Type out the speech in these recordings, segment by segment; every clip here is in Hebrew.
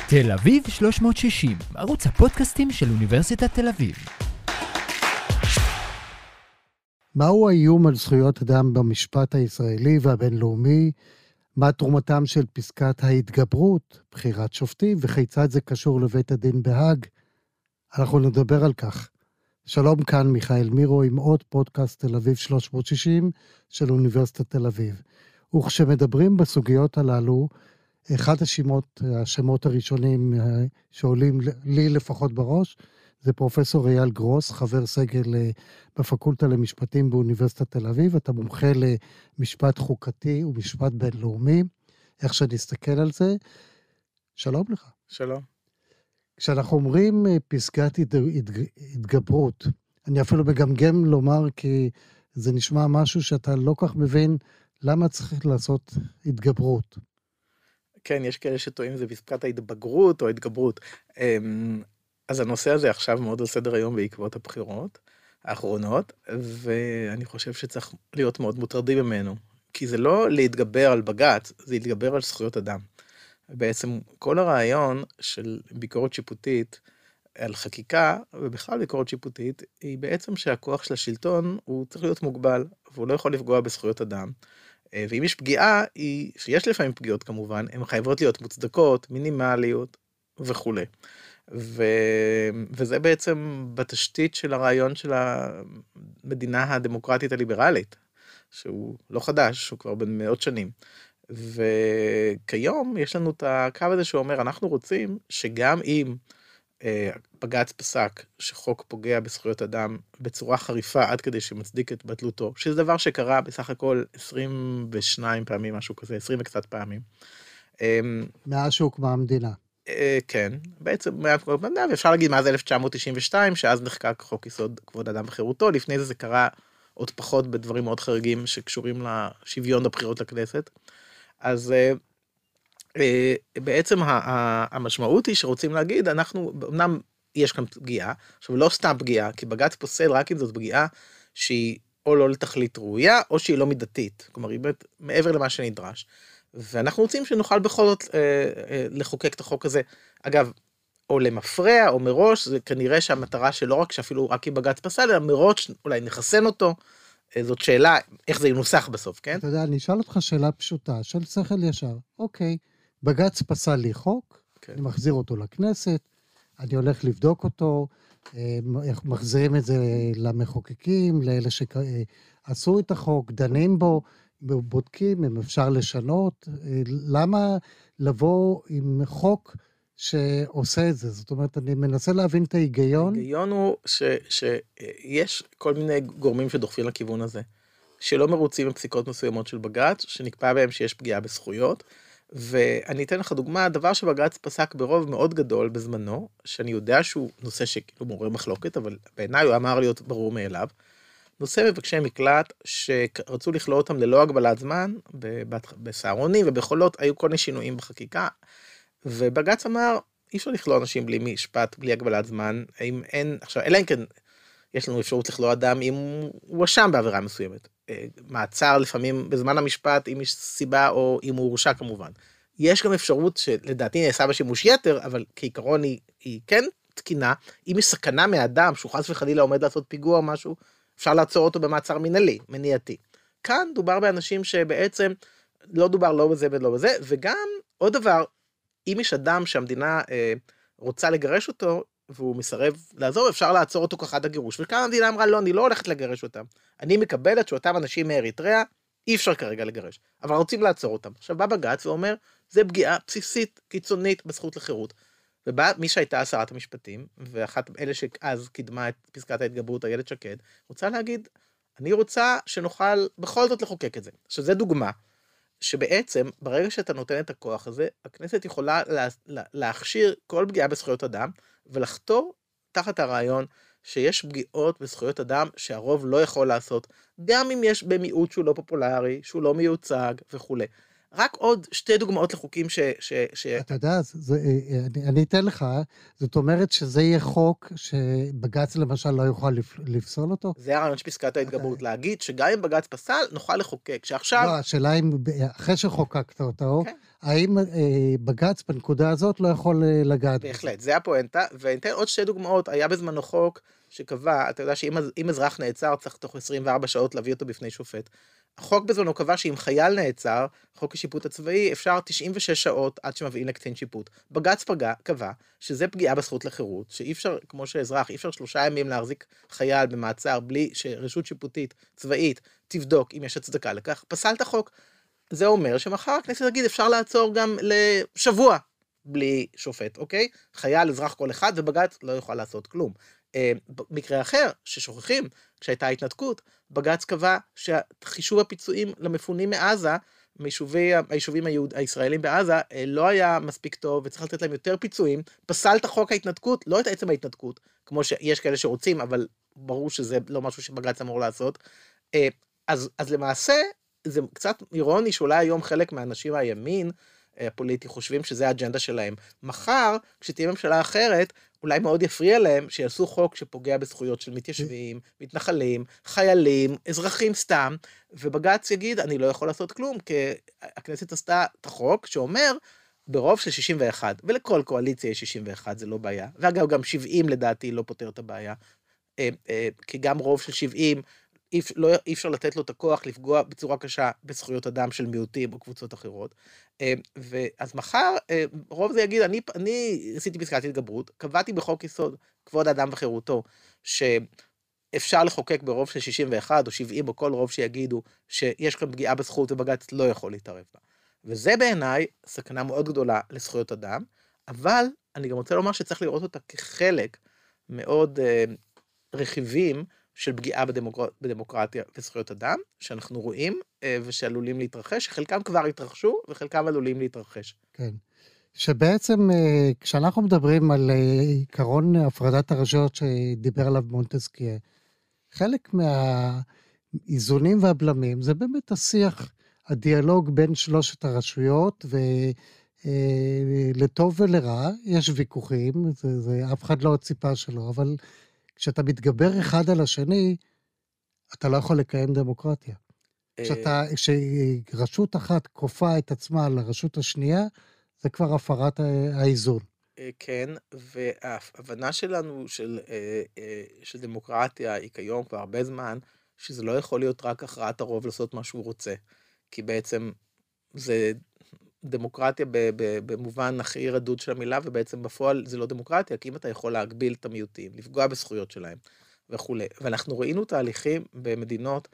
תל אביב 360, ערוץ הפודקאסטים של אוניברסיטת תל אביב. מהו האיום על זכויות אדם במשפט הישראלי והבינלאומי? מה תרומתם של פסקת ההתגברות, בחירת שופטים, וכיצד זה קשור לבית הדין בהאג? אנחנו נדבר על כך. שלום, כאן מיכאל מירו עם עוד פודקאסט תל אביב 360 של אוניברסיטת תל אביב. וכשמדברים בסוגיות הללו, אחד השמות הראשונים שעולים לי לפחות בראש, זה פרופסור אייל גרוס, חבר סגל בפקולטה למשפטים באוניברסיטת תל אביב. אתה מומחה למשפט חוקתי ומשפט בינלאומי. איך שנסתכל על זה? שלום לך. שלום. כשאנחנו אומרים פסקת התגברות, אני אפילו מגמגם לומר כי זה נשמע משהו שאתה לא כך מבין למה צריך לעשות התגברות. כן, יש כאלה שטועים זה פסקת ההתבגרות או התגברות. אז הנושא הזה עכשיו מאוד על סדר היום בעקבות הבחירות האחרונות, ואני חושב שצריך להיות מאוד מוטרדים ממנו, כי זה לא להתגבר על בג"ץ, זה להתגבר על זכויות אדם. בעצם כל הרעיון של ביקורת שיפוטית על חקיקה, ובכלל ביקורת שיפוטית, היא בעצם שהכוח של השלטון הוא צריך להיות מוגבל, והוא לא יכול לפגוע בזכויות אדם. ואם יש פגיעה, שיש לפעמים פגיעות כמובן, הן חייבות להיות מוצדקות, מינימליות וכו'. וזה בעצם בתשתית של הרעיון של המדינה הדמוקרטית הליברלית, שהוא לא חדש, הוא כבר בין מאות שנים. וכיום יש לנו את הקו הזה שאומר, אנחנו רוצים שגם אם בג"ץ פסק שחוק פוגע בזכויות אדם בצורה חריפה עד כדי שמצדיק את בטלותו, שזה דבר שקרה בסך הכל 22 פעמים, משהו כזה, 20 וקצת פעמים. מאז שהוקמה המדינה. כן, בעצם, אפשר להגיד מאז 1992, שאז נחקק חוק יסוד כבוד אדם וחירותו, לפני זה קרה עוד פחות בדברים מאוד חריגים שקשורים לשוויון בבחירות לכנסת. אז בעצם המשמעות היא שרוצים להגיד, אנחנו, אמנם יש כאן פגיעה, עכשיו לא סתם פגיעה, כי בג"ץ פוסל רק אם זאת פגיעה שהיא או לא לתכלית ראויה, או שהיא לא מידתית, כלומר היא מעבר למה שנדרש. ואנחנו רוצים שנוכל בכל זאת לחוקק את החוק הזה, אגב, או למפרע או מראש, זה כנראה שהמטרה שלא רק שאפילו רק אם בג"ץ פסל, אלא מראש אולי נחסן אותו, זאת שאלה, איך זה ינוסח בסוף, כן? אתה יודע, אני אשאל אותך שאלה פשוטה, של שכל ישר. אוקיי, בג"ץ פסל לי חוק, אני מחזיר אותו לכנסת, אני הולך לבדוק אותו, מחזירים את זה למחוקקים, לאלה שעשו את החוק, דנים בו, בודקים אם אפשר לשנות. למה לבוא עם חוק שעושה את זה? זאת אומרת, אני מנסה להבין את ההיגיון. ההיגיון הוא שיש כל מיני גורמים שדוחפים לכיוון הזה, שלא מרוצים בפסיקות מסוימות של בג"ץ, שנקבע בהם שיש פגיעה בזכויות, ואני אתן לך דוגמה, דבר שבג"ץ פסק ברוב מאוד גדול בזמנו, שאני יודע שהוא נושא שכאילו מעורר מחלוקת, אבל בעיניי הוא אמר להיות ברור מאליו, נושא מבקשי מקלט שרצו לכלוא אותם ללא הגבלת זמן, בסהרונים ובחולות, היו כל מיני שינויים בחקיקה, ובג"ץ אמר, אי אפשר לכלוא אנשים בלי משפט, בלי הגבלת זמן, אם אין, עכשיו, אלא אם כן, יש לנו אפשרות לכלוא אדם אם הוא הואשם בעבירה מסוימת. מעצר לפעמים בזמן המשפט, אם יש סיבה או אם הוא הורשע כמובן. יש גם אפשרות שלדעתי נעשה בשימוש יתר, אבל כעיקרון היא כן תקינה, אם יש סכנה מאדם שהוא חס וחלילה עומד לעשות פיגוע או משהו, אפשר לעצור אותו במעצר מנהלי, מניעתי. כאן דובר באנשים שבעצם לא דובר לא בזה ולא בזה, וגם עוד דבר, אם יש אדם שהמדינה רוצה לגרש אותו, והוא מסרב לעזור, אפשר לעצור אותו כחד הגירוש. וכאן המדינה אמרה, לא, אני לא הולכת לגרש אותם. אני מקבלת שאותם אנשים מאריתריאה, אי אפשר כרגע לגרש. אבל רוצים לעצור אותם. עכשיו בא בג"ץ ואומר, זה פגיעה בסיסית, קיצונית, בזכות לחירות. ובא מי שהייתה שרת המשפטים, ואחת אלה שאז קידמה את פסקת ההתגברות, איילת שקד, רוצה להגיד, אני רוצה שנוכל בכל זאת לחוקק את זה. עכשיו זה דוגמה, שבעצם ברגע שאתה נותן את הכוח הזה, הכנסת יכולה להכשיר כל פגיעה בזכויות אדם, ולחתור תחת הרעיון שיש פגיעות בזכויות אדם שהרוב לא יכול לעשות, גם אם יש במיעוט שהוא לא פופולרי, שהוא לא מיוצג וכו'. רק עוד שתי דוגמאות לחוקים אתה יודע, אני אתן לך, זאת אומרת שזה יהיה חוק שבג"ץ למשל לא יוכל לפסול אותו? זה הרעיון של פסקת ההתגברות, להגיד שגם אם בג"ץ פסל, נוכל לחוקק, שעכשיו... לא, השאלה אם אחרי שחוקקת אותו, האם בג"ץ בנקודה הזאת לא יכול לגעת? בהחלט, זה הפואנטה, וניתן עוד שתי דוגמאות, היה בזמנו חוק שקבע, אתה יודע שאם אזרח נעצר, צריך תוך 24 שעות להביא אותו בפני שופט. החוק בזמנו קבע שאם חייל נעצר, חוק השיפוט הצבאי, אפשר 96 שעות עד שמביאים לקצין שיפוט. בג"ץ קבע שזה פגיעה בזכות לחירות, שאי אפשר, כמו שאזרח, אי אפשר 3 ימים להחזיק חייל במעצר, בלי שרשות שיפוטית צבאית תבדוק אם יש הצדקה לכך, פסל את החוק. זה אומר שמחר הכנסת תגיד, אפשר לעצור גם לשבוע בלי שופט, אוקיי? חייל, אזרח כל אחד, ובג"ץ לא יוכל לעשות כלום. במקרה אחר, ששוכחים, כשהייתה התנתקות, בג"ץ קבע שחישוב הפיצויים למפונים מעזה, מהיישובים הישראלים בעזה, לא היה מספיק טוב, וצריך לתת להם יותר פיצויים, פסל את החוק ההתנתקות, לא את עצם ההתנתקות, כמו שיש כאלה שרוצים, אבל ברור שזה לא משהו שבג"ץ אמור לעשות. אז למעשה, זה קצת אירוני שאולי היום חלק מהאנשים מהימין הפוליטי חושבים שזה האג'נדה שלהם. מחר, כשתהיה ממשלה אחרת, אולי מאוד יפריע להם שיעשו חוק שפוגע בזכויות של מתיישבים, מתנחלים, חיילים, אזרחים סתם, ובג"ץ יגיד, אני לא יכול לעשות כלום, כי הכנסת עשתה את החוק שאומר, ברוב של 61, ולכל קואליציה יש 61, זה לא בעיה, ואגב, גם 70 לדעתי לא פותר את הבעיה, כי גם רוב של 70, אי אפשר לתת לו את הכוח לפגוע בצורה קשה בזכויות אדם של מיעוטים או קבוצות אחרות. אז מחר רוב זה יגיד, אני עשיתי פסקת התגברות, קבעתי בחוק יסוד כבוד האדם וחירותו, שאפשר לחוקק ברוב של 61 או 70 או כל רוב שיגידו שיש כאן פגיעה בזכות ובג"ץ לא יכול להתערב בה. וזה בעיניי סכנה מאוד גדולה לזכויות אדם, אבל אני גם רוצה לומר שצריך לראות אותה כחלק מאוד רכיבים של פגיעה בדמוקרטיה וזכויות אדם, שאנחנו רואים ושעלולים להתרחש, חלקם כבר התרחשו וחלקם עלולים להתרחש. כן, שבעצם כשאנחנו מדברים על עיקרון הפרדת הרשויות שדיבר עליו מונטסקיה, חלק מהאיזונים והבלמים זה באמת השיח, הדיאלוג בין שלושת הרשויות, ולטוב ולרע יש ויכוחים, אף אחד לא ציפה שלו, אבל כשאתה מתגבר אחד על השני, אתה לא יכול לקיים דמוקרטיה. כשרשות אחת כופה את עצמה לרשות השנייה, זה כבר הפרת האיזון. כן, וההבנה שלנו של דמוקרטיה היא כיום כבר הרבה זמן, שזה לא יכול להיות רק הכרעת הרוב לעשות מה שהוא רוצה, כי בעצם זה דמוקרטיה במובן הכי רדוד של המילה, ובעצם בפועל זה לא דמוקרטיה, כי אם אתה יכול להגביל את המיעוטים, לפגוע בזכויות שלהם וכו'. ואנחנו ראינו תהליכים במדינות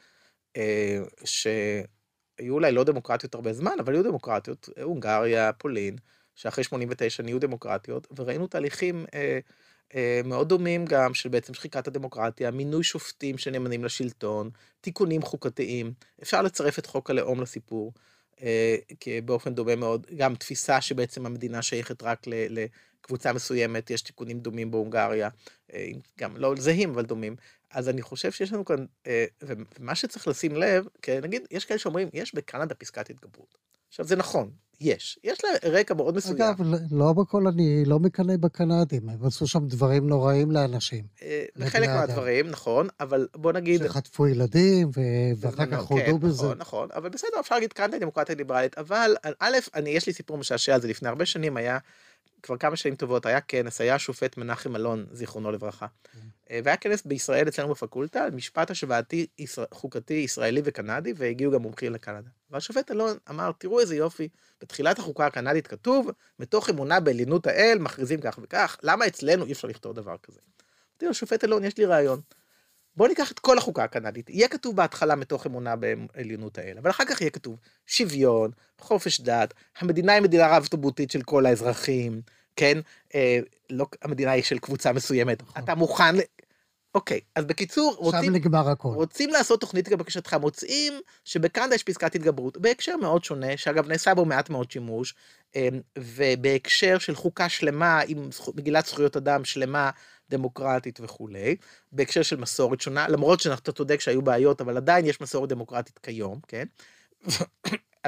שהיו אולי לא דמוקרטיות הרבה זמן, אבל היו דמוקרטיות, הונגריה, פולין, שאחרי 89 נהיו דמוקרטיות, וראינו תהליכים מאוד דומים גם של בעצם שחיקת הדמוקרטיה, מינוי שופטים שנאמנים לשלטון, תיקונים חוקתיים, אפשר לצרף את חוק הלאום לסיפור, כי באופן דומה מאוד, גם תפיסה שבעצם המדינה שייכת רק לקבוצה מסוימת, יש תיקונים דומים בהונגריה, גם לא זהים אבל דומים, אז אני חושב שיש לנו כאן, ומה שצריך לשים לב, כי נגיד, יש כאלה שאומרים, יש בקנדה פסקת התגברות. עכשיו זה נכון, יש לה רקע מאוד מסוים. אגב, לא בכל, אני לא מקנא בקנדים, הם עשו שם דברים נוראים לאנשים. לחלק מהדברים, נכון, אבל בוא נגיד... שחטפו ילדים, ואחר כך הודו בזה. נכון, אבל בסדר, אפשר להגיד קנדה דמוקרטיה ליברלית, אבל א', יש לי סיפור משעשע, זה לפני הרבה שנים היה, כבר כמה שנים טובות, היה כנס, היה שופט מנחם אלון, זיכרונו לברכה. והיה כנס בישראל אצלנו בפקולטה, על משפט השוואתי חוקתי ישראלי וקנדי, והגיעו גם מומחים לקנדה. והשופט אלון אמר, תראו איזה יופי, בתחילת החוקה הקנדית כתוב, מתוך אמונה בעליונות האל, מכריזים כך וכך, למה אצלנו אי אפשר לכתוב דבר כזה? תראו, השופט אלון, יש לי רעיון. בואו ניקח את כל החוקה הקנדית, יהיה כתוב בהתחלה מתוך אמונה בעליונות האל, אבל אחר כך יהיה כתוב שוויון, חופש דת, המדינה היא מדינה רב-תרבותית של כל האזרחים, כן? לא, המדינה היא של קבוצה מסוימת, אתה מוכן... אוקיי, אז בקיצור, רוצים לעשות תוכנית כבקשתך, מוצאים שבקנדה יש פסקת התגברות, בהקשר מאוד שונה, שאגב נעשה בו מעט מאוד שימוש, ובהקשר של חוקה שלמה, עם מגילת זכויות אדם שלמה, דמוקרטית וכו', בהקשר של מסורת שונה, למרות שאתה תודק שהיו בעיות, אבל עדיין יש מסורת דמוקרטית כיום, כן?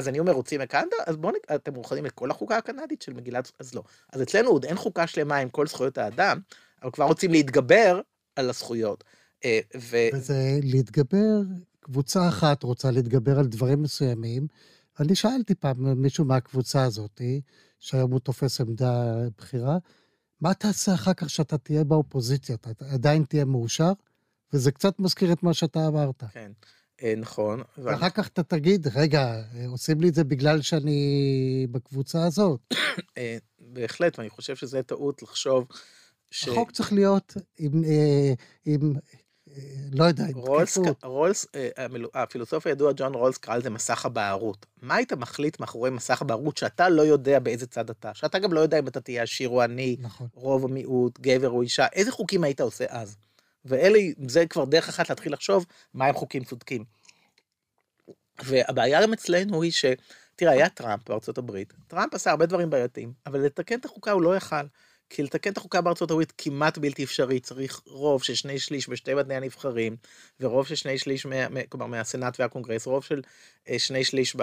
אז אני אומר, רוצים מקנדה? אז אתם מוכנים לכל החוקה הקנדית של מגילת, אז לא. אז אצלנו עוד אין חוקה שלמה עם כל זכויות האדם, אבל כבר רוצים להתגבר על הזכויות. וזה להתגבר, קבוצה אחת רוצה להתגבר על דברים מסוימים, אני שאלתי פעם מישהו מהקבוצה הזאת, שהיום הוא תופס עמדה בחירה, מה תעשה אחר כך שאתה תהיה באופוזיציה? אתה עדיין תהיה מאושר? וזה קצת מזכיר את מה שאתה אמרת. כן, נכון. ואחר כך אתה תגיד, רגע, עושים לי את זה בגלל שאני בקבוצה הזאת. בהחלט, ואני חושב שזה טעות לחשוב החוק צריך להיות עם לא יודע, עם תקפות. הפילוסוף הידוע ג'ון רולס קרא לזה מסך הבערות. מה היית מחליט מאחורי מסך הבערות שאתה לא יודע באיזה צד אתה? שאתה גם לא יודע אם אתה תהיה עשיר או עני, נכון. רוב או מיעוט, גבר או אישה, איזה חוקים היית עושה אז? זה כבר דרך אחת להתחיל לחשוב מה הם חוקים צודקים. והבעיה גם אצלנו היא תראה, היה טראמפ בארצות הברית, טראמפ עשה הרבה דברים בעייתיים, אבל לתקן את החוקה הוא לא יכל, כי לתקן את החוקה בארצות הברית כמעט בלתי אפשרי, צריך רוב של 2/3 בשתי בתי הנבחרים, ורוב של 2/3 כלומר מהסנאט והקונגרס, רוב של 2/3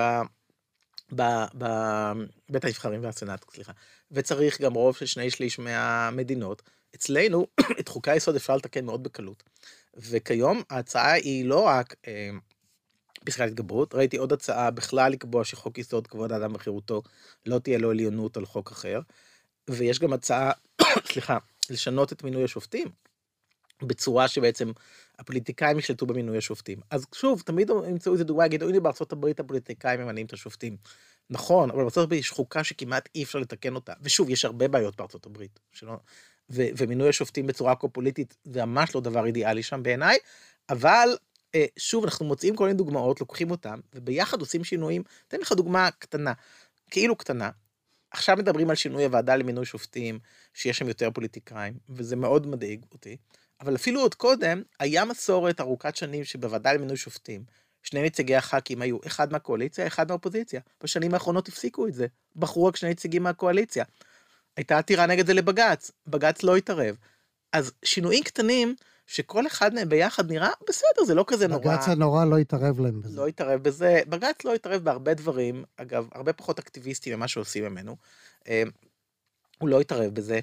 בבית הנבחרים והסנאט, סליחה, וצריך גם רוב של 2/3 מהמדינות. אצלנו, את חוקי היסוד אפשר לתקן מאוד בקלות, וכיום ההצעה היא לא רק פסקת התגברות, ראיתי עוד הצעה בכלל לקבוע שחוק יסוד כבוד האדם וחירותו לא תהיה לו עליונות על חוק אחר, ויש גם הצעה, סליחה, לשנות את מינוי השופטים, בצורה שבעצם הפוליטיקאים ישלטו במינוי השופטים. אז שוב, תמיד ימצאו איזה דוגמה, יגידו, הנה בארצות הברית הפוליטיקאים ממנים את השופטים. נכון, אבל בארצות הברית יש חוקה שכמעט אי אפשר לתקן אותה, ושוב, יש הרבה בעיות בארצות הברית, ומינוי השופטים בצורה קו-פוליטית, זה ממש לא דבר אידיאלי שם בעיניי, אבל שוב, אנחנו מוצאים כל מיני דוגמאות, לוקחים אותם, וביחד עושים שינויים. אתן לך דוגמה קטנה, כאילו קטנה. עכשיו מדברים על שינוי הוועדה למינוי שופטים, שיש שם יותר פוליטיקאים, וזה מאוד מדאיג אותי. אבל אפילו עוד קודם, היה מסורת ארוכת שנים שבוועדה למינוי שופטים, שני נציגי הח"כים היו אחד מהקואליציה, אחד מהאופוזיציה. בשנים האחרונות הפסיקו את זה. בחרו רק שני נציגים מהקואליציה. הייתה עתירה נגד זה לבג"ץ, בג"ץ לא התערב. אז שינויים קטנים, שכל אחד מהם ביחד נראה בסדר, זה לא כזה נורא. בג"ץ הנורא לא התערב להם בזה. לא התערב בזה, בג"ץ לא התערב בהרבה דברים, אגב, הרבה פחות אקטיביסטים ממה שעושים ממנו, הוא לא התערב בזה,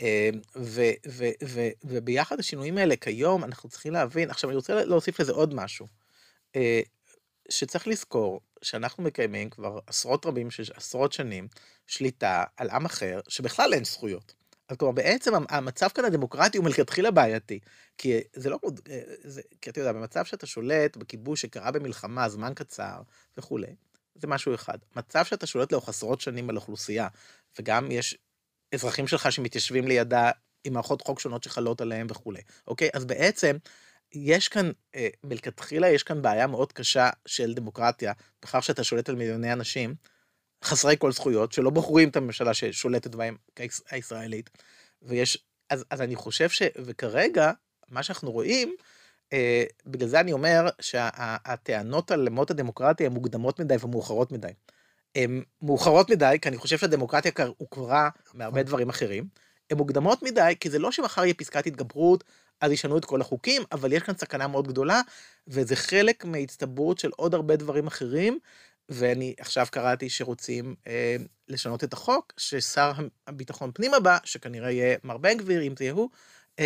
וביחד השינויים האלה כיום, אנחנו צריכים להבין, עכשיו אני רוצה להוסיף לזה עוד משהו, שצריך לזכור, שאנחנו מקיימים כבר עשרות שנים, שליטה על עם אחר, שבכלל אין זכויות. אז כלומר, בעצם המצב כאן הדמוקרטי הוא מלכתחילה בעייתי, כי זה לא, כי אתה יודע, במצב שאתה שולט בכיבוש שקרה במלחמה זמן קצר וכו', זה משהו אחד. מצב שאתה שולט לאורך עשרות שנים על אוכלוסייה, וגם יש אזרחים שלך שמתיישבים לידה עם מערכות חוק שונות שחלות עליהם וכו', אוקיי? אז בעצם יש כאן, מלכתחילה יש כאן בעיה מאוד קשה של דמוקרטיה, בכך שאתה שולט על מיליוני אנשים, חסרי כל זכויות, שלא בוחרים את הממשלה ששולטת בהם הישראלית, אז אני חושב וכרגע, מה שאנחנו רואים, בגלל זה אני אומר, שהטענות על מות הדמוקרטיה הן מוקדמות מדי ומאוחרות מדי. הן מאוחרות מדי, כי אני חושב שהדמוקרטיה הוכרה מהרבה דברים אחרים, הן מוקדמות מדי, כי זה לא שמחר יהיה פסקת התגברות, אז ישנו את כל החוקים, אבל יש כאן סכנה מאוד גדולה, וזה חלק מהצטברות של עוד הרבה דברים אחרים, ואני עכשיו קראתי שרוצים לשנות את החוק, ששר הביטחון פנים הבא, שכנראה יהיה מר בן גביר, אם זה הוא,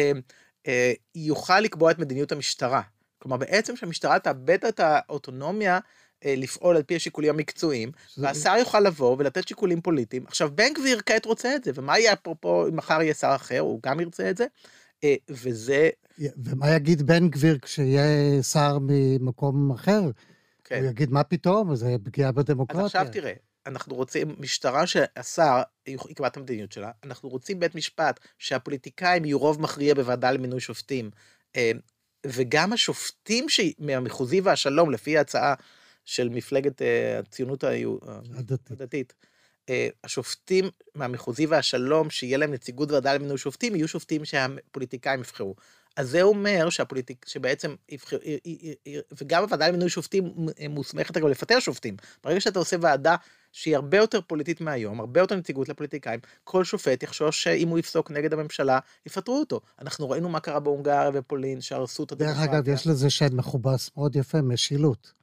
יוכל לקבוע את מדיניות המשטרה. כלומר, בעצם שהמשטרה תאבד את האוטונומיה לפעול על פי השיקולים המקצועיים, והשר יוכל לבוא ולתת שיקולים פוליטיים. עכשיו, בן גביר כעת רוצה את זה, ומה יהיה אפרופו אם מחר יהיה שר אחר, הוא גם ירצה את זה, וזה... ומה יגיד בן גביר כשיהיה שר ממקום אחר? הוא יגיד, מה פתאום? זה פגיעה בדמוקרטיה. אז עכשיו תראה, אנחנו רוצים משטרה שהשר יקבע את המדיניות שלה, אנחנו רוצים בית משפט שהפוליטיקאים יהיו רוב מכריע בוועדה למינוי שופטים, וגם השופטים מהמחוזי והשלום, לפי ההצעה של מפלגת הציונות הדתית, השופטים מהמחוזי והשלום, שיהיה להם נציגות ועדה למינוי שופטים, יהיו שופטים שהפוליטיקאים יבחרו. אז זה אומר שבעצם, וגם הוועדה למינוי שופטים מוסמכת גם לפטר שופטים. ברגע שאתה עושה ועדה שהיא הרבה יותר פוליטית מהיום, הרבה יותר נציגות לפוליטיקאים, כל שופט יחשוש שאם הוא יפסוק נגד הממשלה, יפטרו אותו. אנחנו ראינו מה קרה בהונגריה ופולין, שהרסו את הדמוקרטיה. דרך אגב, יש לזה שם מכובס מאוד יפה, משילות.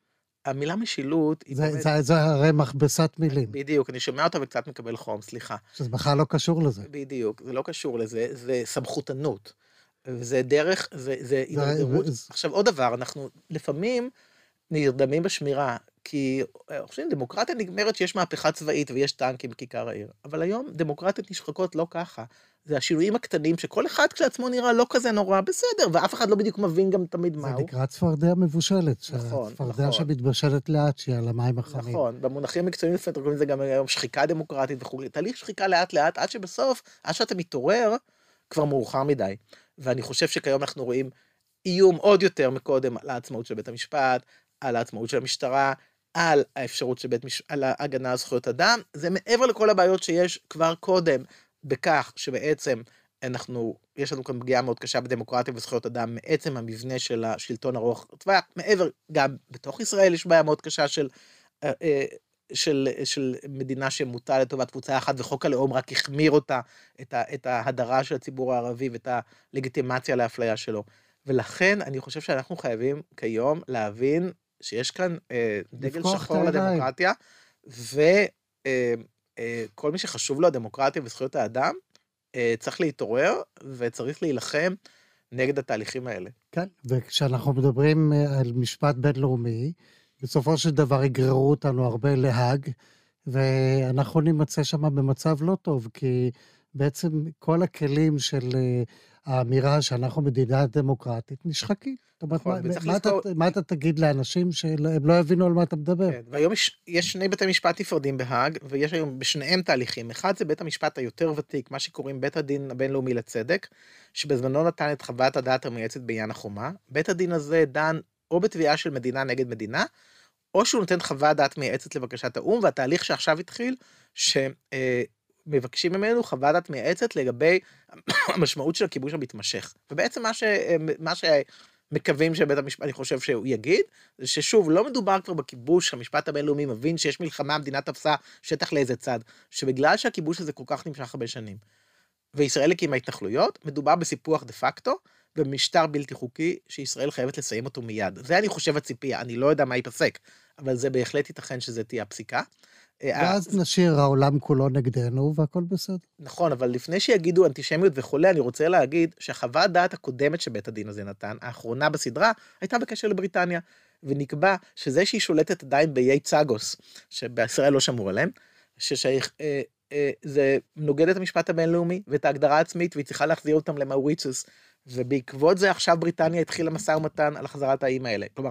המילה משילות היא באמת... זה הרי מכבסת מילים. בדיוק, אני שומע אותה וקצת מקבל חום, סליחה. שזה בכלל לא קשור לזה. בדיוק, זה לא קשור לזה, זה סמכותנות. זה דרך, זה הידרדרות. עכשיו, עוד דבר, אנחנו לפעמים נרדמים בשמירה, כי חושבים, דמוקרטיה נגמרת שיש מהפכה צבאית ויש טנקים בכיכר העיר. אבל היום דמוקרטיות נשחקות לא ככה. זה השינויים הקטנים שכל אחד כשלעצמו נראה לא כזה נורא, בסדר, ואף אחד לא בדיוק מבין גם תמיד מהו. זה נקרא צפרדע מבושלת. נכון, צפרדע שמתבשלת לאט, שהיא על המים החמים. נכון, במונחים מקצועיים לפעמים קוראים לזה גם היום שחיקה דמוקרטית וכו'. תהליך שחיקה לאט לאט, עד שבסוף, עד שאתה מתעורר, כבר מאוחר מדי. ואני חושב שכיום אנחנו רואים איום עוד יותר מקודם על העצמאות של בית המשפט, על העצמאות של המשטרה, על האפשרות של על ההגנה על זכויות אדם. זה מעבר לכל הבעיות שיש כבר קודם, בכך שבעצם יש לנו כאן פגיעה מאוד קשה בדמוקרטיה וזכויות אדם, מעצם המבנה של השלטון ארוך טווח, מעבר, גם בתוך ישראל יש בעיה מאוד קשה של מדינה שמוטה לטובת קבוצה אחת, וחוק הלאום רק החמיר אותה, את ההדרה של הציבור הערבי, ואת הלגיטימציה לאפליה שלו. ולכן אני חושב שאנחנו חייבים כיום להבין שיש כאן דגל שחור לדמוקרטיה, וכל מי שחשוב לו הדמוקרטיה וזכויות האדם, צריך להתעורר וצריך להילחם נגד התהליכים האלה. כן, וכשאנחנו מדברים על משפט בינלאומי, בסופו של דבר יגררו אותנו הרבה להאג, ואנחנו נמצא שם במצב לא טוב, כי בעצם כל הכלים של האמירה שאנחנו מדינה דמוקרטית נשחקים. מה אתה תגיד לאנשים שהם לא יבינו על מה אתה מדבר? והיום יש שני בתי משפט נפרדים בהאג, ויש היום בשניהם תהליכים. אחד זה בית המשפט היותר ותיק, מה שקוראים בית הדין הבינלאומי לצדק, שבזמנו נתן את חוות הדעת המייעצת בעניין החומה. בית הדין הזה דן או בתביעה של מדינה נגד מדינה, או שהוא נותן חוות דעת מייעצת לבקשת האו"ם, והתהליך שעכשיו התחיל, מבקשים ממנו חוות דעת מייעצת לגבי המשמעות של הכיבוש המתמשך. ובעצם מה שמקווים שבית המשפט, אני חושב שהוא יגיד, זה ששוב, לא מדובר כבר בכיבוש, המשפט הבינלאומי מבין שיש מלחמה, המדינה תפסה שטח לאיזה צד, שבגלל שהכיבוש הזה כל כך נמשך הרבה שנים, וישראל הקימה התנחלויות, מדובר בסיפוח דה פקטו, במשטר בלתי חוקי, שישראל חייבת לסיים אותו מיד. זה אני חושב הציפייה, אני לא יודע מה ייפסק, אבל זה בהחלט ייתכן שזה תהיה הפסיקה. ואז נשאיר העולם כולו נגדנו, והכל בסדר. נכון, אבל לפני שיגידו אנטישמיות וכולי, אני רוצה להגיד שהחוות דעת הקודמת שבית הדין הזה נתן, האחרונה בסדרה, הייתה בקשר לבריטניה, ונקבע שזה שהיא שולטת עדיין באיי צאגוס, שבישראל לא שמור עליהם, זה נוגד את המשפט הבינלאומי, ואת ההגדרה העצמית, והיא צריכה להחזיר אותם למאוריציוס, ובעקבות זה עכשיו בריטניה התחילה משא ומתן על החזרת האיים האלה. כלומר,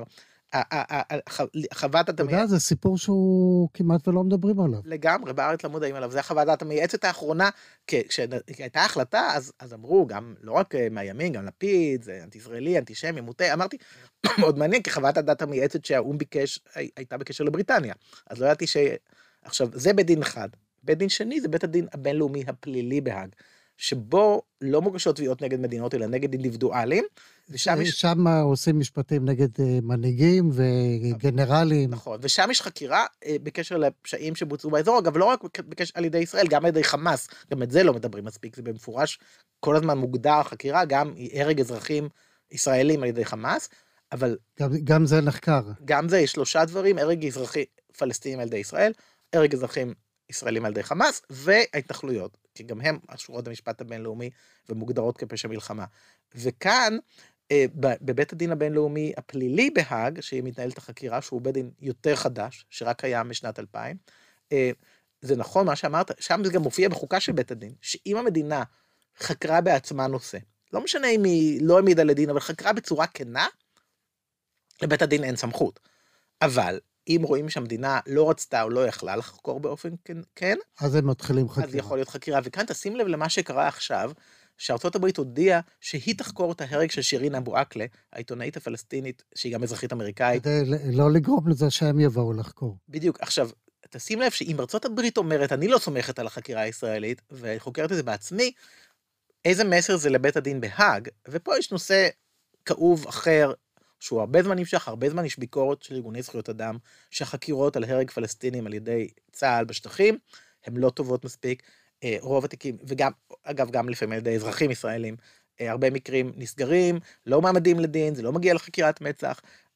חוות הדעת... אתה יודע, זה סיפור שהוא כמעט ולא מדברים עליו. לגמרי, בארץ לא מודעים עליו. זה חוות הדעת המייעצת האחרונה, כשהייתה החלטה, אז אמרו, גם לא רק מהימין, גם לפיד, זה אנטי-ישראלי, אנטישמי, מוטה, אמרתי, מאוד מעניין, כי חוות הדעת המייעצת שהאו"ם ביקש, הייתה בקשר לבריטניה. אז לא ידעתי עכשיו, זה בית דין אחד. בית דין שני זה בית הדין הבינלאומי הפלילי בהאג, שבו לא מוגשות תביעות נגד מדינות, אלא נגד אינדיבידואלים. שם עושים משפטים נגד מנהיגים וגנרלים. נכון, ושם יש חקירה בקשר לפשעים שבוצעו באזור, אגב, לא רק בקשר על ידי ישראל, גם על ידי חמאס, גם את זה לא מדברים מספיק, זה במפורש, כל הזמן מוגדר חקירה, גם הרג אזרחים ישראלים על ידי חמאס, אבל... גם זה נחקר. גם זה, יש 3 דברים, הרג אזרחי פלסטינים על ידי ישראל, הרג אזרחים ישראלים על ידי חמאס, וההתנחלויות, כי גם הם אשורות המשפט הבינלאומי, ומוגדרות כפשע מלחמה. וכאן, בבית הדין הבינלאומי הפלילי בהאג, שהיא מתנהלת החקירה, שהוא בית דין יותר חדש, שרק היה משנת 2000, זה נכון מה שאמרת, שם זה גם מופיע בחוקה של בית הדין, שאם המדינה חקרה בעצמה נושא, לא משנה אם היא לא העמידה לדין, אבל חקרה בצורה כנה, לבית הדין אין סמכות. אבל אם רואים שהמדינה לא רצתה או לא יכלה לחקור באופן כן, אז הם מתחילים חקירה. אז יכול להיות חקירה, וכאן תשים לב למה שקרה עכשיו, שארצות הברית הודיעה שהיא תחקור את ההרג של שירין אבו עקלה, העיתונאית הפלסטינית, שהיא גם אזרחית אמריקאית. כדי לא לגרום לזה שהם יבואו לחקור. בדיוק, עכשיו, תשים לב שאם ארצות הברית אומרת, אני לא סומכת על החקירה הישראלית, וחוקרת את זה בעצמי, איזה מסר זה לבית הדין בהאג, ופה יש נושא כאוב אחר, שהוא הרבה זמן נמשך, הרבה זמן יש ביקורת של ארגוני זכויות אדם, שהחקירות על הרג פלסטינים על ידי צה"ל בשטחים, הן לא טובות מספיק, רוב התיקים, וגם, אגב, גם לפעמים על ידי אזרחים ישראלים, הרבה מקרים נסגרים, לא מעמדים לדין, זה לא מגיע לחקירת מצ"ח,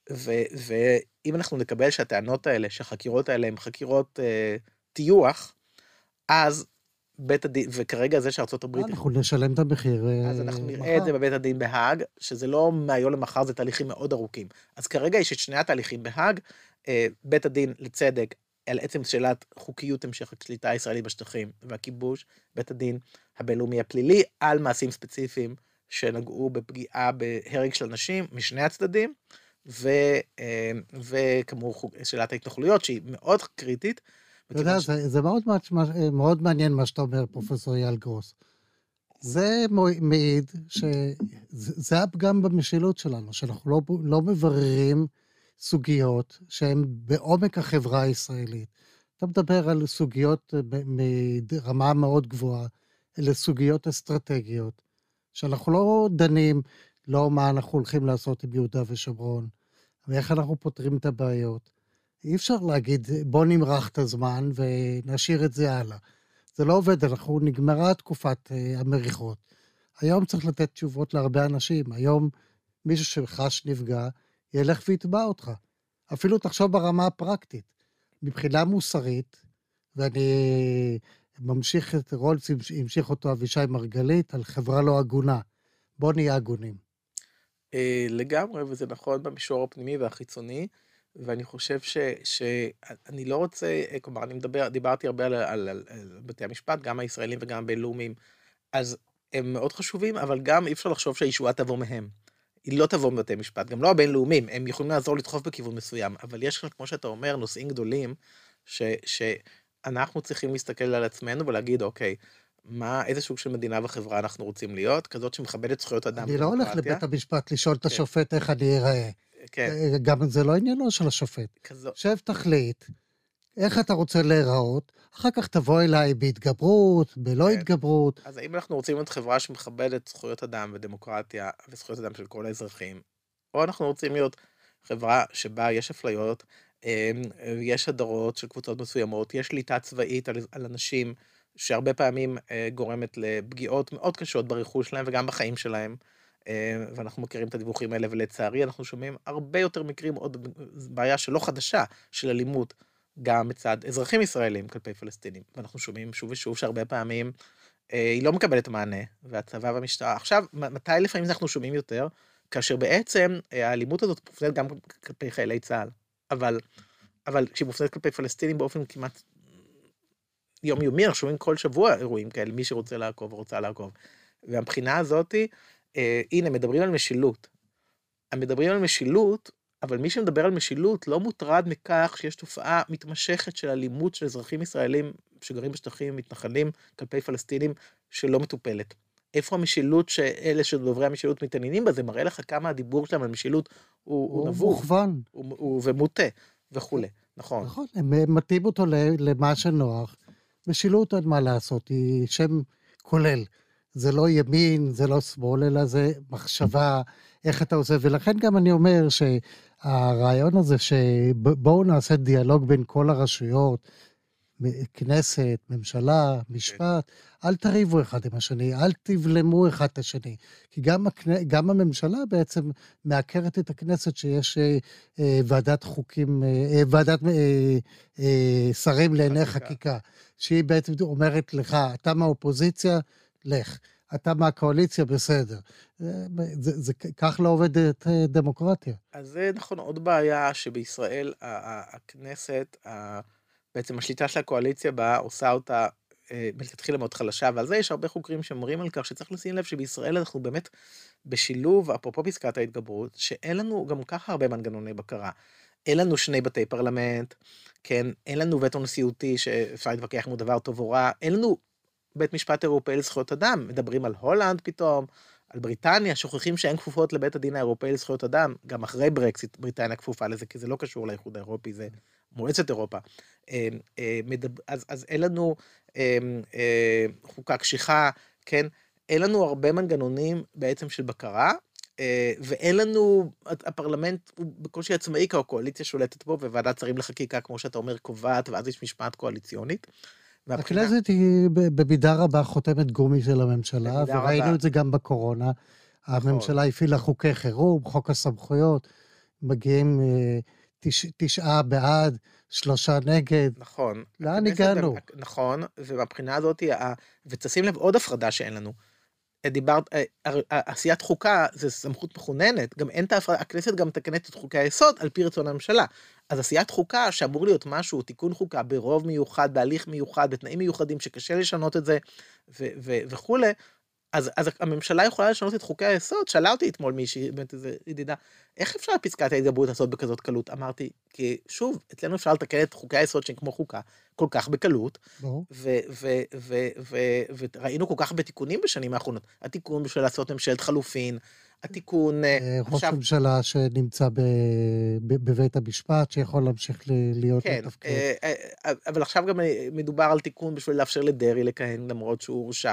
ואם אנחנו נקבל שהטענות האלה, שהחקירות האלה הן חקירות טיוח, אז בית הדין, וכרגע זה שארצות הברית... אנחנו נשלם את המחיר אז אנחנו נראה את זה בבית הדין בהאג, שזה לא מהיום למחר, זה תהליכים מאוד ארוכים. אז כרגע יש את שני התהליכים בהאג, בית הדין לצדק, על עצם שאלת חוקיות המשך השליטה הישראלית בשטחים והכיבוש, בית הדין הבינלאומי הפלילי, על מעשים ספציפיים שנגעו בפגיעה בהרג של אנשים משני הצדדים, וכמו שאלת ההתנחלויות, שהיא מאוד קריטית. אתה יודע, זה מאוד מעניין מה שאתה אומר, פרופסור אייל גרוס. זה מעיד שזה הפגם במשילות שלנו, שאנחנו לא מבררים סוגיות שהן בעומק החברה הישראלית. אתה מדבר על סוגיות מרמה מאוד גבוהה, אלה סוגיות אסטרטגיות, שאנחנו לא דנים, לא מה אנחנו הולכים לעשות עם יהודה ושומרון, ואיך אנחנו פותרים את הבעיות. אי אפשר להגיד, בוא נמרח את הזמן ונשאיר את זה הלאה. זה לא עובד, נגמרה תקופת המריחות. היום צריך לתת תשובות להרבה אנשים. היום מישהו שחש נפגע, ילך ויתבע אותך. אפילו תחשוב ברמה הפרקטית. מבחינה מוסרית, ואני ממשיך את רולץ, המשיך אותו אבישי מרגלית, על חברה לא הגונה. בוא נהיה הגונים. לגמרי, וזה נכון במישור הפנימי והחיצוני, ואני חושב שאני לא רוצה, כלומר, דיברתי הרבה על בתי המשפט, גם הישראלים וגם הבינלאומיים, אז הם מאוד חשובים, אבל גם אי אפשר לחשוב שהישועה תבוא מהם. היא לא תבוא מבתי משפט, גם לא הבינלאומיים, הם יכולים לעזור לדחוף בכיוון מסוים, אבל יש כאן, כמו שאתה אומר, נושאים גדולים, שאנחנו צריכים להסתכל על עצמנו ולהגיד, אוקיי, איזה סוג של מדינה וחברה אנחנו רוצים להיות, כזאת שמכבדת זכויות אדם. אני לא הולך לבית המשפט לשאול את השופט איך אני אראה. גם זה לא עניינו של השופט. שב תחליט, איך אתה רוצה להיראות, אחר כך תבוא אליי בהתגברות, בלא התגברות. אז האם אנחנו רוצים להיות חברה שמכבדת זכויות אדם ודמוקרטיה, וזכויות אדם של כל האזרחים, או אנחנו רוצים להיות חברה שבה יש אפליות, יש הדרות של קבוצות מסוימות, יש שליטה צבאית על אנשים, שהרבה פעמים גורמת לפגיעות מאוד קשות ברכוש שלהם וגם בחיים שלהם, ואנחנו מכירים את הדיווחים האלה, ולצערי אנחנו שומעים הרבה יותר מקרים, עוד בעיה שלא חדשה של אלימות, גם מצד אזרחים ישראלים כלפי פלסטינים, ואנחנו שומעים שוב ושוב שהרבה פעמים היא לא מקבלת מענה, והצבא והמשטרה. עכשיו, מתי לפעמים אנחנו שומעים יותר? כאשר בעצם האלימות הזאת מופנית גם כלפי חיילי צה"ל, אבל כשהיא מופנית כלפי פלסטינים באופן כמעט יומיומי, אנחנו שומעים כל שבוע אירועים כאלה, מי שרוצה לעקוב ורוצה לעקוב. והבחינה הזאת, הנה, מדברים על משילות. הם מדברים על משילות, אבל מי שמדבר על משילות לא מוטרד מכך שיש תופעה מתמשכת של אלימות של אזרחים ישראלים שגרים בשטחים, מתנחלים כלפי פלסטינים שלא מטופלת. איפה המשילות שאלה שדוברי המשילות מתעניינים בה, זה מראה לך כמה הדיבור שלהם על משילות הוא נבוך. מוכוון. ומוטה וכו'. נכון. נכון, הם מתאים אותו למה שנוח. משילות אין מה לעשות, היא שם כולל. זה לא ימין, זה לא שמאל, אלא זה מחשבה, איך אתה עושה. ולכן גם אני אומר שהרעיון הזה שבואו נעשה דיאלוג בין כל הרשויות, כנסת, ממשלה, משפט, אל תריבו אחד עם השני, אל תבלמו אחד את השני. כי גם הממשלה בעצם מעקרת את הכנסת שיש ועדת חוקים, ועדת שרים לעיני חקיקה, שהיא בעצם אומרת לך, אתה מהאופוזיציה, לך. אתה מהקואליציה, בסדר. כך לא עובדת דמוקרטיה. אז זה נכון, עוד בעיה שבישראל הכנסת, בעצם השליטה של הקואליציה בה עושה אותה מלכתחילה מאוד חלשה, ועל זה יש הרבה חוקרים שאומרים על כך שצריך לשים לב שבישראל אנחנו באמת בשילוב, אפרופו פסקת ההתגברות, שאין לנו גם ככה הרבה מנגנוני בקרה. אין לנו שני בתי פרלמנט, כן, אין לנו וטו נשיאותי שאפשר להתווכח אם הוא דבר טוב או רע, אין לנו בית משפט אירופאי לזכויות אדם, מדברים על הולנד פתאום, על בריטניה, שוכחים שהן כפופות לבית הדין האירופאי לזכויות אדם, גם אחרי ברקסיט בריטניה כפופה לזה, כי זה לא קשור לאיחוד האירופי, זה מועצת אירופה. אז אין לנו חוקה קשיחה, כן, אין לנו הרבה מנגנונים בעצם של בקרה, ואין לנו, הפרלמנט הוא בקושי עצמאי, כי הקואליציה שולטת בו, וועדת שרים לחקיקה, כמו שאתה אומר, קובעת, ואז יש משמעת קואליציונית. הכנסת היא במידה רבה חותמת גומי של הממשלה, וראינו את זה גם בקורונה. הממשלה הפעילה חוקי חירום, חוק הסמכויות, מגיעים 9 בעד, 3 נגד. נכון. לאן הגענו? נכון, ומבחינה הזאת, ותשים לב עוד הפרדה שאין לנו. דיברת, עשיית חוקה זה סמכות מכוננת, גם אין את ההפרדה, הכנסת גם תקנת את חוקי היסוד על פי רצון הממשלה. אז עשיית חוקה שאמור להיות משהו, תיקון חוקה ברוב מיוחד, בהליך מיוחד, בתנאים מיוחדים שקשה לשנות את זה וכו'. אז הממשלה יכולה לשנות את חוקי היסוד. שאלה אותי אתמול מישהי, באמת איזו ידידה, איך אפשר פסקת ההתגברות לעשות בכזאת קלות? אמרתי, כי שוב, אצלנו אפשר לתקן את חוקי היסוד שהם כמו חוקה, כל כך בקלות, וראינו כל כך בתיקונים בשנים האחרונות. התיקון בשביל לעשות ממשלת חלופין, התיקון... ראש ממשלה שנמצא בבית המשפט, שיכול להמשיך להיות לתפקד. אבל עכשיו גם מדובר על תיקון בשביל לאפשר לדרי לכהן, למרות שהוא הורשע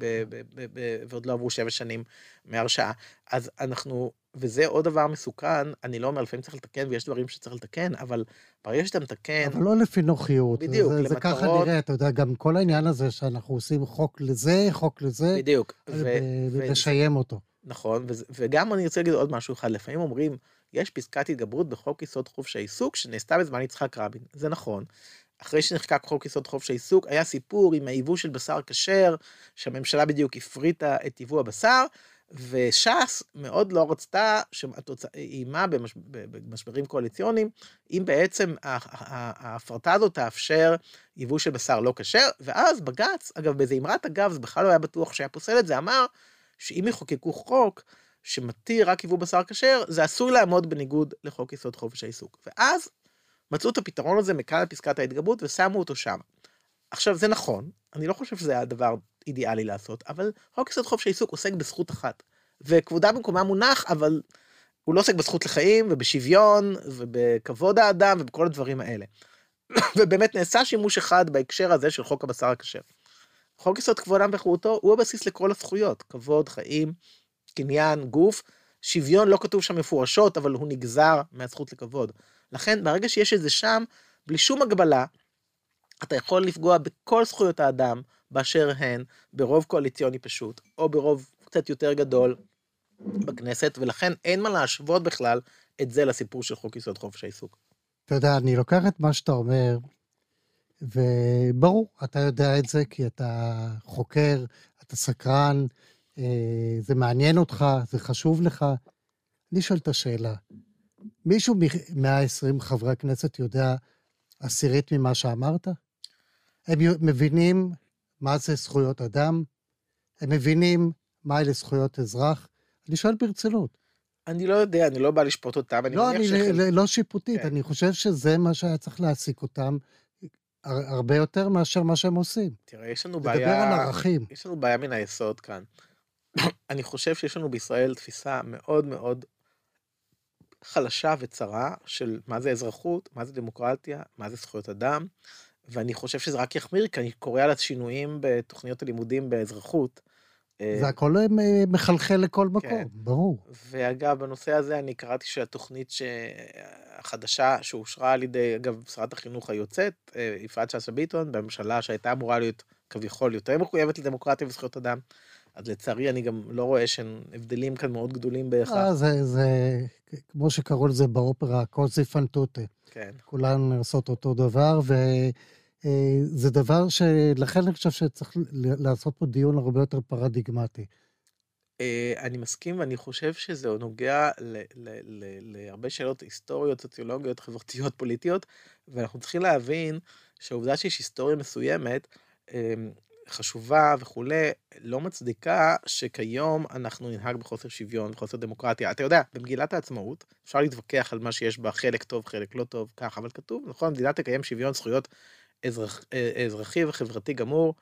ועוד לא עברו 7 שנים מהרשעה. אז אנחנו, וזה עוד דבר מסוכן, אני לא אומר, לפעמים צריך לתקן, ויש דברים שצריך לתקן, אבל ברגע שאתה מתקן... אבל לא לפי נוחיות. בדיוק, זה ככה נראה, אתה יודע, גם כל העניין הזה שאנחנו עושים חוק לזה, חוק לזה, בדיוק. ולשיים אותו. נכון, וגם אני רוצה להגיד עוד משהו אחד, לפעמים אומרים, יש פסקת התגברות בחוק יסוד חופש העיסוק, שנעשתה בזמן יצחק רבין, זה נכון, אחרי שנחקק חוק יסוד חופש העיסוק, היה סיפור עם היבוא של בשר כשר, שהממשלה בדיוק הפריטה את יבוא הבשר, וש"ס מאוד לא רצתה, שאימה במשברים קואליציוניים, אם בעצם ההפרטה הזאת תאפשר יבוא של בשר לא כשר, ואז בג"ץ, אגב, באיזה אמרת אגב, זה בכלל לא היה בטוח שהיה פוסל את זה, אמר, שאם יחוקקו חוק שמתיר רק יבוא בשר כשר, זה עשוי לעמוד בניגוד לחוק יסוד חופש העיסוק. ואז מצאו את הפתרון הזה מכאן לפסקת ההתגברות ושמו אותו שם. עכשיו זה נכון, אני לא חושב שזה הדבר אידיאלי לעשות, אבל חוק יסוד חופש העיסוק עוסק בזכות אחת, וכבודה במקומה מונח, אבל הוא לא עוסק בזכות לחיים ובשוויון ובכבוד האדם ובכל הדברים האלה. ובאמת נעשה שימוש אחד בהקשר הזה של חוק הבשר הכשר. חוק יסוד כבוד האדם וחירותו הוא הבסיס לכל הזכויות, כבוד, חיים, קניין, גוף, שוויון לא כתוב שם מפורשות, אבל הוא נגזר מהזכות לכבוד. לכן, ברגע שיש את זה שם, בלי שום הגבלה, אתה יכול לפגוע בכל זכויות האדם, באשר הן, ברוב קואליציוני פשוט, או ברוב קצת יותר גדול בכנסת, ולכן אין מה להשוות בכלל את זה לסיפור של חוק יסוד חופש העיסוק. אתה יודע, אני לוקח את מה שאתה אומר, וברור, אתה יודע את זה, כי אתה חוקר, אתה סקרן, זה מעניין אותך, זה חשוב לך. אני שואל את השאלה, מישהו מ-120 חברי הכנסת יודע 10% ממה שאמרת? הם מבינים מה זה זכויות אדם? הם מבינים מה אלה זכויות אזרח? אני שואל ברצינות. אני לא יודע, אני לא בא לשפוט אותם. לא שיפוטית, אני חושב שזה מה שהיה צריך להעסיק אותם, הרבה יותר מאשר מה שהם עושים. תראה, יש לנו בעיה... לדבר על ערכים. יש לנו בעיה מן היסוד כאן. אני חושב שיש לנו בישראל תפיסה מאוד מאוד חלשה וצרה של מה זה אזרחות, מה זה דמוקרטיה, מה זה זכויות אדם, ואני חושב שזה רק יחמיר, כי אני קורא על השינויים בתוכניות הלימודים באזרחות. זה הכל מחלחל לכל מקום, כן. ברור. ואגב, בנושא הזה אני קראתי שהתוכנית החדשה שאושרה על ידי, אגב, שרת החינוך היוצאת, יפעת שאשא ביטון, בממשלה שהייתה אמורה להיות כביכול יותר מחויבת לדמוקרטיה וזכויות אדם, אז לצערי אני גם לא רואה שהם הבדלים כאן מאוד גדולים בהכרח. זה כמו שקראו לזה באופרה, קוזי פנטוטה. כן. כולן עושות אותו דבר, וזה דבר שלכן אני חושב שצריך לעשות פה דיון הרבה יותר פרדיגמטי. אני מסכים, ואני חושב שזה נוגע להרבה שאלות היסטוריות, סוציולוגיות, חברתיות, פוליטיות, ואנחנו צריכים להבין שהעובדה שיש היסטוריה מסוימת, חשובה וכו', לא מצדיקה שכיום אנחנו ננהג בחוסר שוויון וחוסר דמוקרטיה. אתה יודע, במגילת העצמאות אפשר להתווכח על מה שיש בה חלק טוב, חלק לא טוב, כך, אבל כתוב, נכון, המדינה תקיים שוויון זכויות אזרחי וחברתי גמור,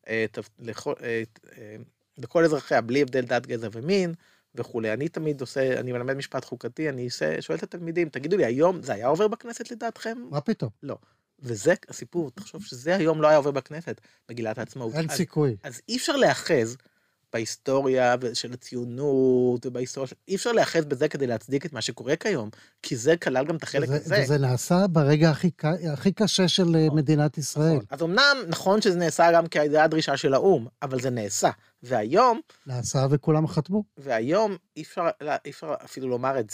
לכל אזרחיה, בלי הבדל דת, גזע ומין, וכו'. אני תמיד עושה, אני מלמד משפט חוקתי, אני שואל את התלמידים, תגידו לי, היום זה היה עובר בכנסת לדעתכם? מה פתאום? לא. וזה הסיפור, תחשוב שזה היום לא היה עובר בכנסת, מגילת העצמאות. אין סיכוי. אז אי אפשר לאחז בהיסטוריה של הציונות, אי אפשר לאחז בזה כדי להצדיק את מה שקורה כיום, כי זה כלל גם את החלק הזה. וזה נעשה ברגע הכי קשה של מדינת ישראל. אז אמנם נכון שזה נעשה גם כהידי הדרישה של האום, אבל זה נעשה. והיום... נעשה וכולם חתמו. והיום אי אפשר אפילו לומר את זה,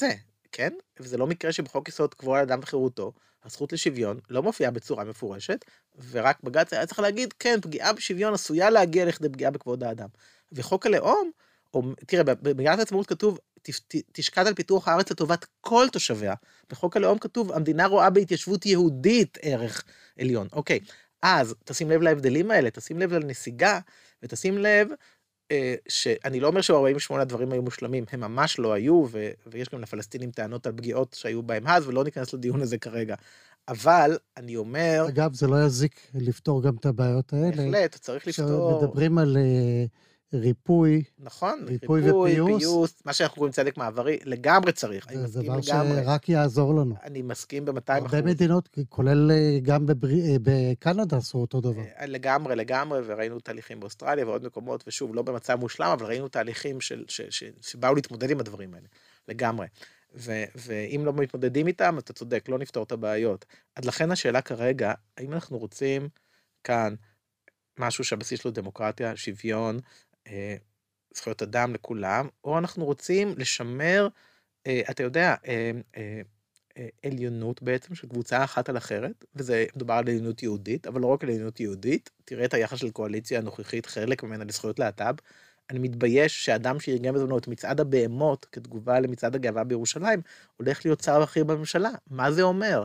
כן, וזה לא מקרה שבחוק יסוד כבוד האדם וחירותו, הזכות לשוויון לא מופיעה בצורה מפורשת, ורק בג"ץ היה צריך להגיד, כן, פגיעה בשוויון עשויה להגיע לכדי פגיעה בכבוד האדם. וחוק הלאום, תראה, במגילת העצמאות כתוב, תשקד על פיתוח הארץ לטובת כל תושביה. בחוק הלאום כתוב, המדינה רואה בהתיישבות יהודית ערך עליון. אוקיי, אז תשים לב להבדלים האלה, תשים לב לנסיגה, ותשים לב שאני לא אומר ש-48 הדברים היו מושלמים, הם ממש לא היו, ויש גם לפלסטינים טענות על פגיעות שהיו בהם אז, ולא ניכנס לדיון הזה כרגע. אבל אני אומר... אגב, זה לא יזיק לפתור גם את הבעיות האלה. בהחלט, צריך לפתור... כשמדברים על ריפוי, נכון, ריפוי ופיוס, מה שאנחנו קוראים צדק מעברי, לגמרי צריך. זה דבר שרק יעזור לנו. אני מסכים ב-200%. הרבה מדינות, כולל גם בקנדה, עשו אותו דבר. לגמרי, וראינו תהליכים באוסטרליה ועוד מקומות, ושוב, לא במצב מושלם, אבל ראינו תהליכים שבאו להתמודד עם הדברים האלה. לגמרי. ואם לא מתמודדים איתם, אתה צודק, לא נפתור את הבעיות. אז לכן השאלה כרגע, האם אנחנו רוצים כאן משהו שהבסיס שלו דמוקרטיה, שוויון, זכויות אדם לכולם, או אנחנו רוצים לשמר, אתה יודע, עליונות בעצם של קבוצה אחת על אחרת, וזה מדובר על עליונות יהודית, אבל לא רק על עליונות יהודית, תראה את היחס של קואליציה הנוכחית, חלק ממנה לזכויות להט"ב, אני מתבייש שאדם שארגן בזמנו את מצעד הבהמות, כתגובה למצעד הגאווה בירושלים, הולך להיות שר בכיר בממשלה, מה זה אומר?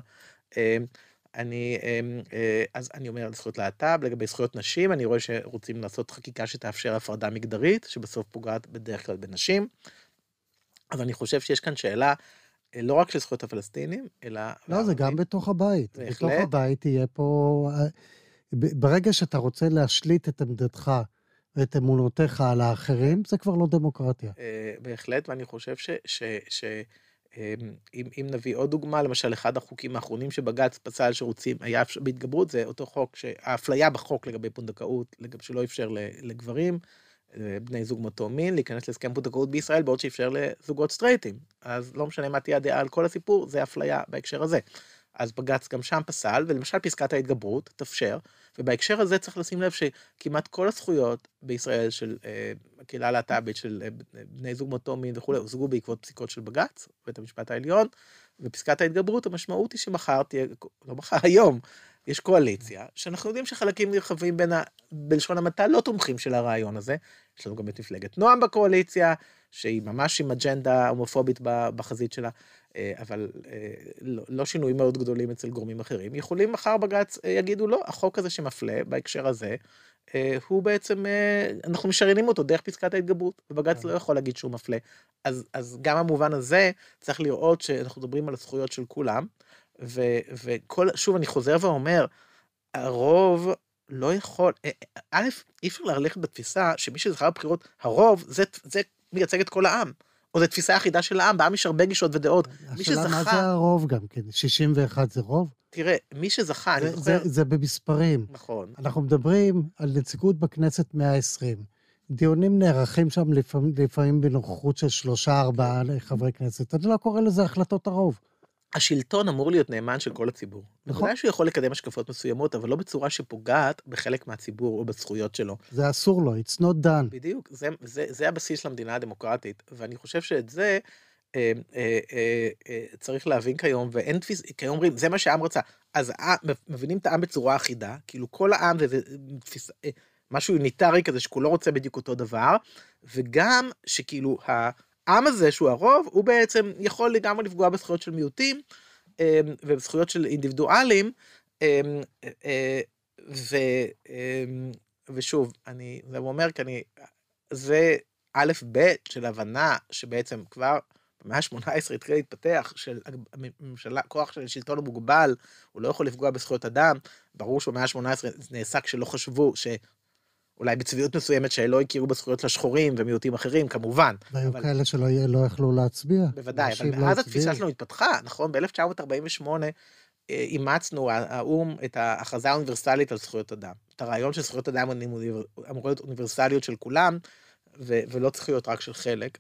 אז אני אומר על זכויות להט"ב, לגבי זכויות נשים, אני רואה שרוצים לעשות חקיקה שתאפשר הפרדה מגדרית, שבסוף פוגעת בדרך כלל בנשים, אז אני חושב שיש כאן שאלה, לא רק של זכויות הפלסטינים, אלא... לא, זה גם בתוך הבית. בהחלט. בתוך הבית תהיה פה... ברגע שאתה רוצה להשליט את עמדתך ואת אמונותיך על האחרים, זה כבר לא דמוקרטיה. בהחלט, ואני חושב אם נביא עוד דוגמה, למשל אחד החוקים האחרונים שבג"ץ פסל שרוצים, היה בהתגברות, זה אותו חוק, האפליה בחוק לגבי פונדקאות, שלא אפשר לגברים, בני זוג מאותו מין, להיכנס להסכם פונדקאות בישראל, בעוד שאפשר לזוגות סטרייטים. אז לא משנה מה תהיה הדעה על כל הסיפור, זה אפליה בהקשר הזה. אז בג"ץ גם שם פסל, ולמשל פסקת ההתגברות תפשר, ובהקשר הזה צריך לשים לב שכמעט כל הזכויות בישראל של הקהילה הלהט"בית של בני זוג מאותו מין וכו', הושגו בעקבות פסיקות של בג"ץ, בית המשפט העליון, ופסקת ההתגברות, המשמעות היא שמחר תהיה, לא מחר, היום, יש קואליציה, שאנחנו יודעים שחלקים נרחבים בלשון המעטה לא תומכים של הרעיון הזה, יש לנו גם את מפלגת נועם בקואליציה, שהיא ממש עם אג'נדה הומופובית בחזית שלה, אבל לא שינויים מאוד גדולים אצל גורמים אחרים, יכולים מחר בג"ץ יגידו לא, החוק הזה שמפלה בהקשר הזה, הוא בעצם, אנחנו משריינים אותו דרך פסקת ההתגברות, ובג"ץ לא יכול להגיד שהוא מפלה, אז גם המובן הזה צריך לראות שאנחנו מדברים על הזכויות של כולם, שוב אני חוזר ואומר, הרוב לא יכול, א', אי אפשר להלכת בתפיסה שמי שזכה בבחירות, הרוב זה מייצג את כל העם, או זו תפיסה אחידה של העם, בעם יש הרבה גישות ודעות. השאלה מה זה הרוב גם כן? 61 זה רוב? תראה, מי שזכה, אני זוכר... זה במספרים. נכון. אנחנו מדברים על נציגות בכנסת 120. דיונים נערכים שם לפעמים בנוכחות של 3-4 חברי כנסת. אני לא קורא לזה החלטות הרוב. השלטון אמור להיות נאמן של כל הציבור. נכון. בוודאי שהוא יכול לקדם השקפות מסוימות, אבל לא בצורה שפוגעת בחלק מהציבור או בזכויות שלו. זה אסור לו, it's not done. בדיוק, זה הבסיס של המדינה הדמוקרטית, ואני חושב שאת זה צריך להבין כיום, ואין תפיס, כיום אומרים, זה מה שהעם רצה. אז מבינים את העם בצורה אחידה, כאילו כל העם זה משהו יוניטרי כזה, שכולו רוצה בדיוק אותו דבר, וגם שכאילו העם הזה שהוא הרוב, הוא בעצם יכול לגמרי לפגוע בזכויות של מיעוטים, ובזכויות של אינדיבידואלים, ושוב, זה אומר, זה א' ב' של הבנה, שבעצם כבר במאה ה-18 התחיל להתפתח, של הממשלה, כוח של שלטון המוגבל, הוא לא יכול לפגוע בזכויות אדם, ברור שבמאה ה-18 זה נעשה כשלא חשבו אולי בצביעות מסוימת שלא הכירו בזכויות לשחורים ומיעוטים אחרים, כמובן. והיו כאלה שלא יכלו להצביע. בוודאי, אבל מאז התפיסה שלנו התפתחה, נכון? ב-1948 אימצנו האו"ם את ההכרזה האוניברסלית על זכויות אדם. את הרעיון של זכויות אדם אמורות להיות אוניברסליות של כולם, ולא זכויות רק של חלק.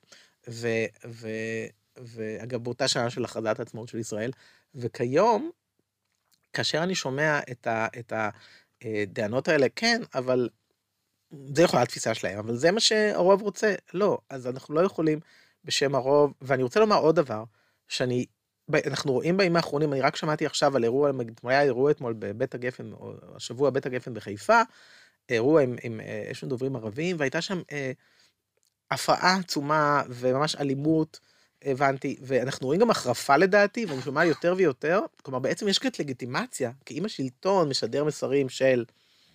ואגב, באותה שנה של הכרזת העצמאות של ישראל, וכיום, כאשר אני שומע את הדענות האלה, כן, אבל זה יכולה התפיסה שלהם, אבל זה מה שהרוב רוצה, לא, אז אנחנו לא יכולים בשם הרוב, ואני רוצה לומר עוד דבר, אנחנו רואים בימים האחרונים, אני רק שמעתי עכשיו על אירוע, היה אירוע אתמול בבית הגפן, או השבוע בית הגפן בחיפה, אירוע עם איזשהם דוברים ערבים, והייתה שם הפרעה עצומה וממש אלימות, הבנתי, ואנחנו רואים גם החרפה לדעתי, ואני שומע יותר ויותר, כלומר בעצם יש כעת לגיטימציה, כי אם השלטון משדר מסרים של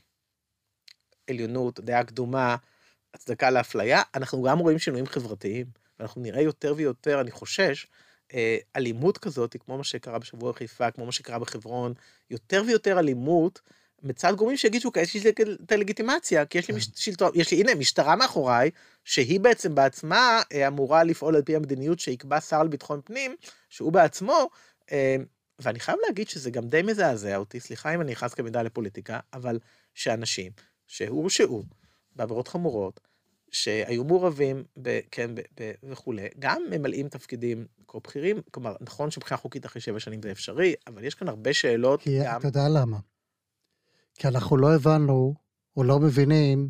עליונות, דעה קדומה, הצדקה לאפליה, אנחנו גם רואים שינויים חברתיים, ואנחנו נראה יותר ויותר, אני חושש, אלימות כזאת, כמו מה שקרה בשבוע חיפה, כמו מה שקרה בחברון, יותר ויותר אלימות, מצד גורמים שהגישו כאלה שיש לי את הלגיטימציה, כי יש לי שלטון, יש לי, הנה, משטרה מאחוריי, שהיא בעצם בעצמה אמורה לפעול על פי המדיניות שיקבע שר לביטחון פנים, שהוא בעצמו, ואני חייב להגיד שזה גם די מזעזע אותי, סליחה אם אני נכנס כמידה לפוליטיקה, אבל שאנשים שהורשעו בעבירות חמורות, שהיו מעורבים וכו', גם ממלאים תפקידים כה בכירים, כלומר, נכון שבחינה חוקית אחרי 7 שנים זה אפשרי, אבל יש כאן הרבה שאלות. כי אתה יודע למה? כי אנחנו לא הבנו, או לא מבינים,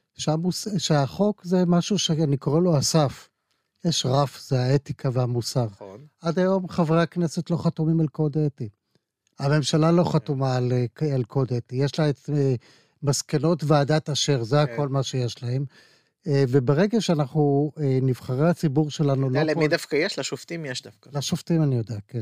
שהחוק זה משהו שאני קורא לו הסף. יש רף, זה האתיקה והמוסר. נכון. עד היום חברי הכנסת לא חתומים על קוד אתי. הממשלה לא חתומה על קוד אתי. יש לה את מסקנות ועדת אשר, זה הכל מה שיש להם. וברגע שאנחנו, נבחרי הציבור שלנו לא... למי דווקא יש? לשופטים יש דווקא. לשופטים אני יודע, כן.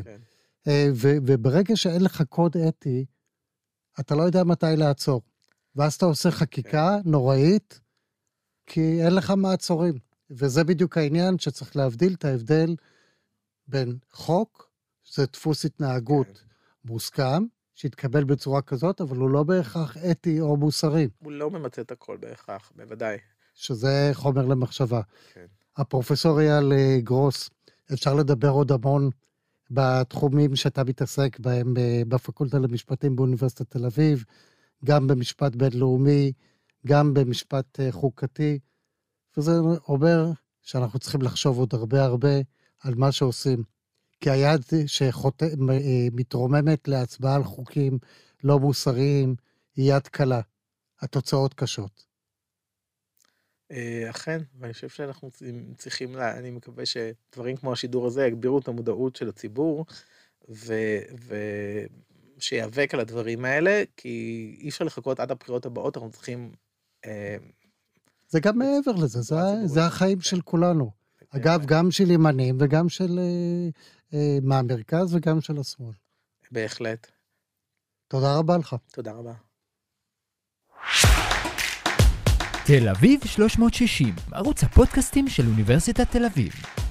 וברגע שאין לך קוד אתי, אתה לא יודע מתי לעצור. ואז אתה עושה חקיקה נוראית, כי אין לך מעצורים. וזה בדיוק העניין שצריך להבדיל את ההבדל בין חוק, שזה דפוס התנהגות מוסכם, שהתקבל בצורה כזאת, אבל הוא לא בהכרח אתי או מוסרי. הוא לא ממצא את הכל בהכרח, בוודאי. שזה חומר למחשבה. כן. הפרופסור אייל גרוס, אפשר לדבר עוד המון בתחומים שאתה מתעסק בהם בפקולטה למשפטים באוניברסיטת תל אביב, גם במשפט בינלאומי, גם במשפט חוקתי, וזה אומר שאנחנו צריכים לחשוב עוד הרבה על מה שעושים. כי היד שמתרוממת להצבעה על חוקים לא מוסריים, היא יד קלה. התוצאות קשות. אכן, ואני חושב שאנחנו צריכים, אני מקווה שדברים כמו השידור הזה יגבירו את המודעות של הציבור, ושיאבק על הדברים האלה, כי אי אפשר לחכות עד הבחירות הבאות, אנחנו צריכים... זה גם מעבר לזה, זה החיים של כולנו. אגב, גם של ימנים וגם של מהמרכז וגם של השמאל. בהחלט. תודה רבה לך. תודה רבה. תל אביב 360, ערוץ הפודקאסטים של אוניברסיטת תל אביב.